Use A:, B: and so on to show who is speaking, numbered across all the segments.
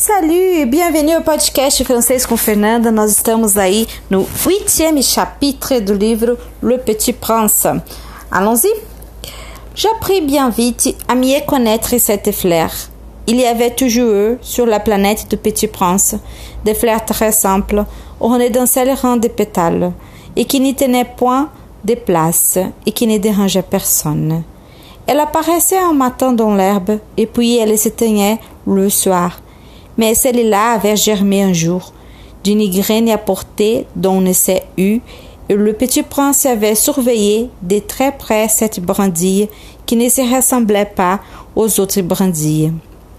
A: Salut e bienvenue ao podcast Francês com Fernanda. Nós estamos aí no 8e chapitre do livro Le Petit Prince. Allons-y. J'appris bien vite à mieux connaître cette fleur. Il y avait toujours eu sur la planète du Petit Prince des fleurs très simples, ornées d'un seul rang de pétales, et qui n'y tenaient point de place et qui ne dérangeaient personne. Elle apparaissait un matin dans l'herbe et puis elle s'éteignait le soir. Mais celle-là avait germé un jour, d'une graine apportée dont ne s'est eu, et le petit prince avait surveillé de très près cette brindille qui ne se ressemblait pas aux autres brindilles.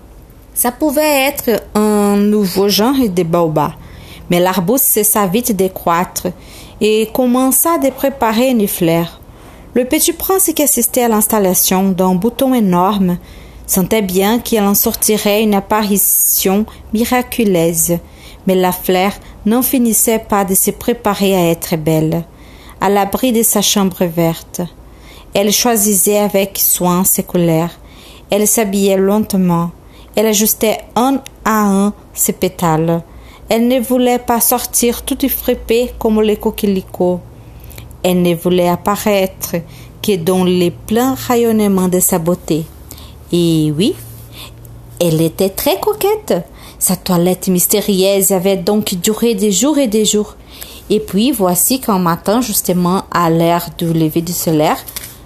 A: Ça pouvait être un nouveau genre de baobab, mais l'arbuste cessa vite de croître et commença de préparer une fleur. Le petit prince qui assistait à l'installation d'un bouton énorme sentait bien qu'il en sortirait une apparition miraculeuse, mais la fleur n'en finissait pas de se préparer à être belle, à l'abri de sa chambre verte. Elle choisissait avec soin ses couleurs, elle s'habillait lentement, elle ajustait un à un ses pétales. Elle ne voulait pas sortir toute fripée comme les coquelicots. Elle ne voulait apparaître que dans les pleins rayonnements de sa beauté. Et oui, elle était très coquette. Sa toilette mystérieuse avait donc duré des jours et des jours. Et puis voici qu'un matin, justement à l'heure du lever du soleil,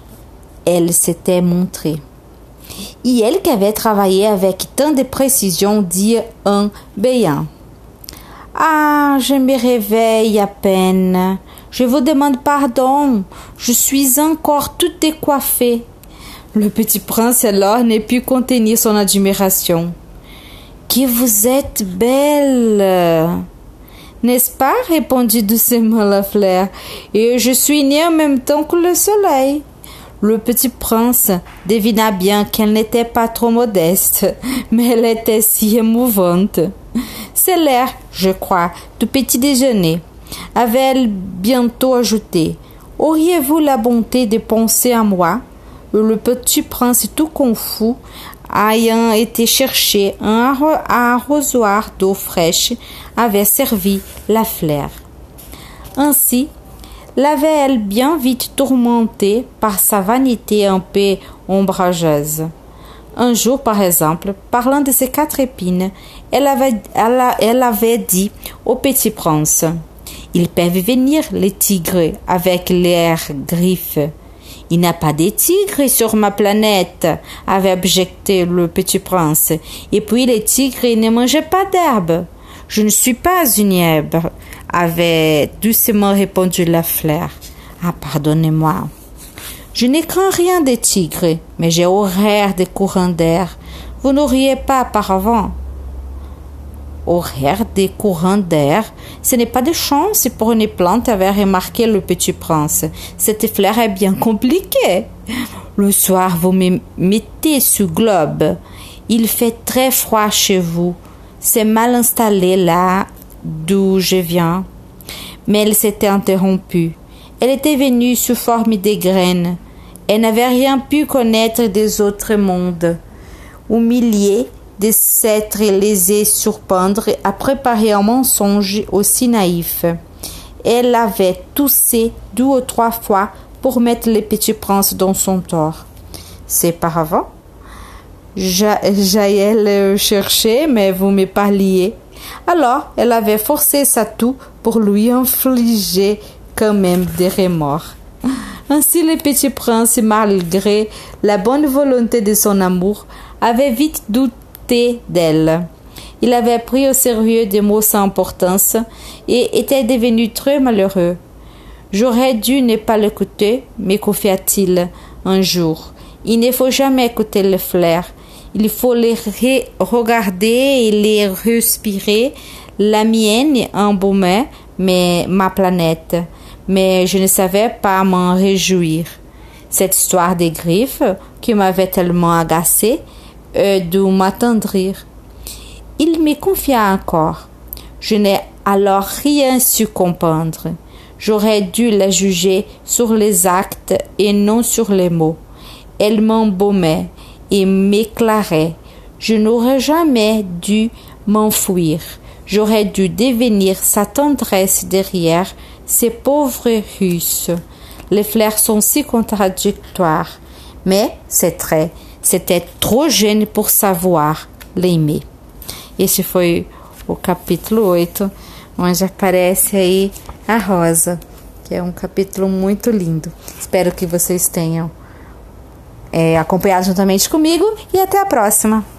A: elle s'était montrée. Et elle qui avait travaillé avec tant de précision dit en béant. « Ah, je me réveille à peine. Je vous demande pardon. Je suis encore toute décoiffée. » Le petit prince alors ne put contenir son admiration. « Que vous êtes belle !»« N'est-ce pas ?» répondit doucement la fleur. « Et je suis née en même temps que le soleil. » Le petit prince devina bien qu'elle n'était pas trop modeste, mais elle était si émouvante. « C'est l'heure, je crois, du petit déjeuner, » avait-elle bientôt ajouté. « Auriez-vous la bonté de penser à moi ?» Le petit prince, tout confus, ayant été chercher un arrosoir d'eau fraîche, avait servi la fleur. Ainsi, l'avait-elle bien vite tourmentée par sa vanité un peu ombrageuse. Un jour, par exemple, parlant de ses 4 épines, elle avait dit au petit prince « Ils peuvent venir, les tigres, avec leurs griffes. » « Il n'y a pas de tigres sur ma planète, » avait objecté le petit prince. « Et puis les tigres ne mangeaient pas d'herbe. »« Je ne suis pas une herbe, » avait doucement répondu la fleur. « Ah, pardonnez-moi. Je ne crains rien des tigres, mais j'ai horreur des courants d'air. Vous n'auriez pas auparavant. » Horreur des courants d'air, ce n'est pas de chance pour une plante, avait remarqué le petit prince. Cette fleur est bien compliquée. Le soir, vous me mettez sous globe. Il fait très froid chez vous. C'est mal installé là d'où je viens. Mais elle s'était interrompue. Elle était venue sous forme de graines. Elle n'avait rien pu connaître des autres mondes. Humiliée de s'être laissée surprendre à préparer un mensonge aussi naïf. Elle avait toussé 2 ou 3 fois pour mettre le petit prince dans son tort. C'est par avant. J'allais le chercher, mais vous me parliez. Alors, elle avait forcé sa toux pour lui infliger quand même des remords. Ainsi, le petit prince, malgré la bonne volonté de son amour, avait vite douté d'elle. Il avait pris au sérieux des mots sans importance et était devenu très malheureux. J'aurais dû ne pas l'écouter, me confia-t-il un jour. Il ne faut jamais écouter les fleurs. Il faut les regarder et les respirer. La mienne embaumait ma planète, mais je ne savais pas m'en réjouir. Cette histoire des griffes qui m'avait tellement agacée de m'attendrir. Il me confia encore. Je n'ai alors rien su comprendre. J'aurais dû la juger sur les actes et non sur les mots. Elle m'embaumait et m'éclairait.
B: Je n'aurais jamais dû m'enfuir. J'aurais dû devenir sa tendresse derrière ces pauvres Russes. Les fleurs sont si contradictoires, mais c'était trop jeune por savoir l'aimer. Esse foi o capítulo 8, onde aparece aí a rosa, que é um capítulo muito lindo. Espero que vocês tenham acompanhado juntamente comigo e até a próxima!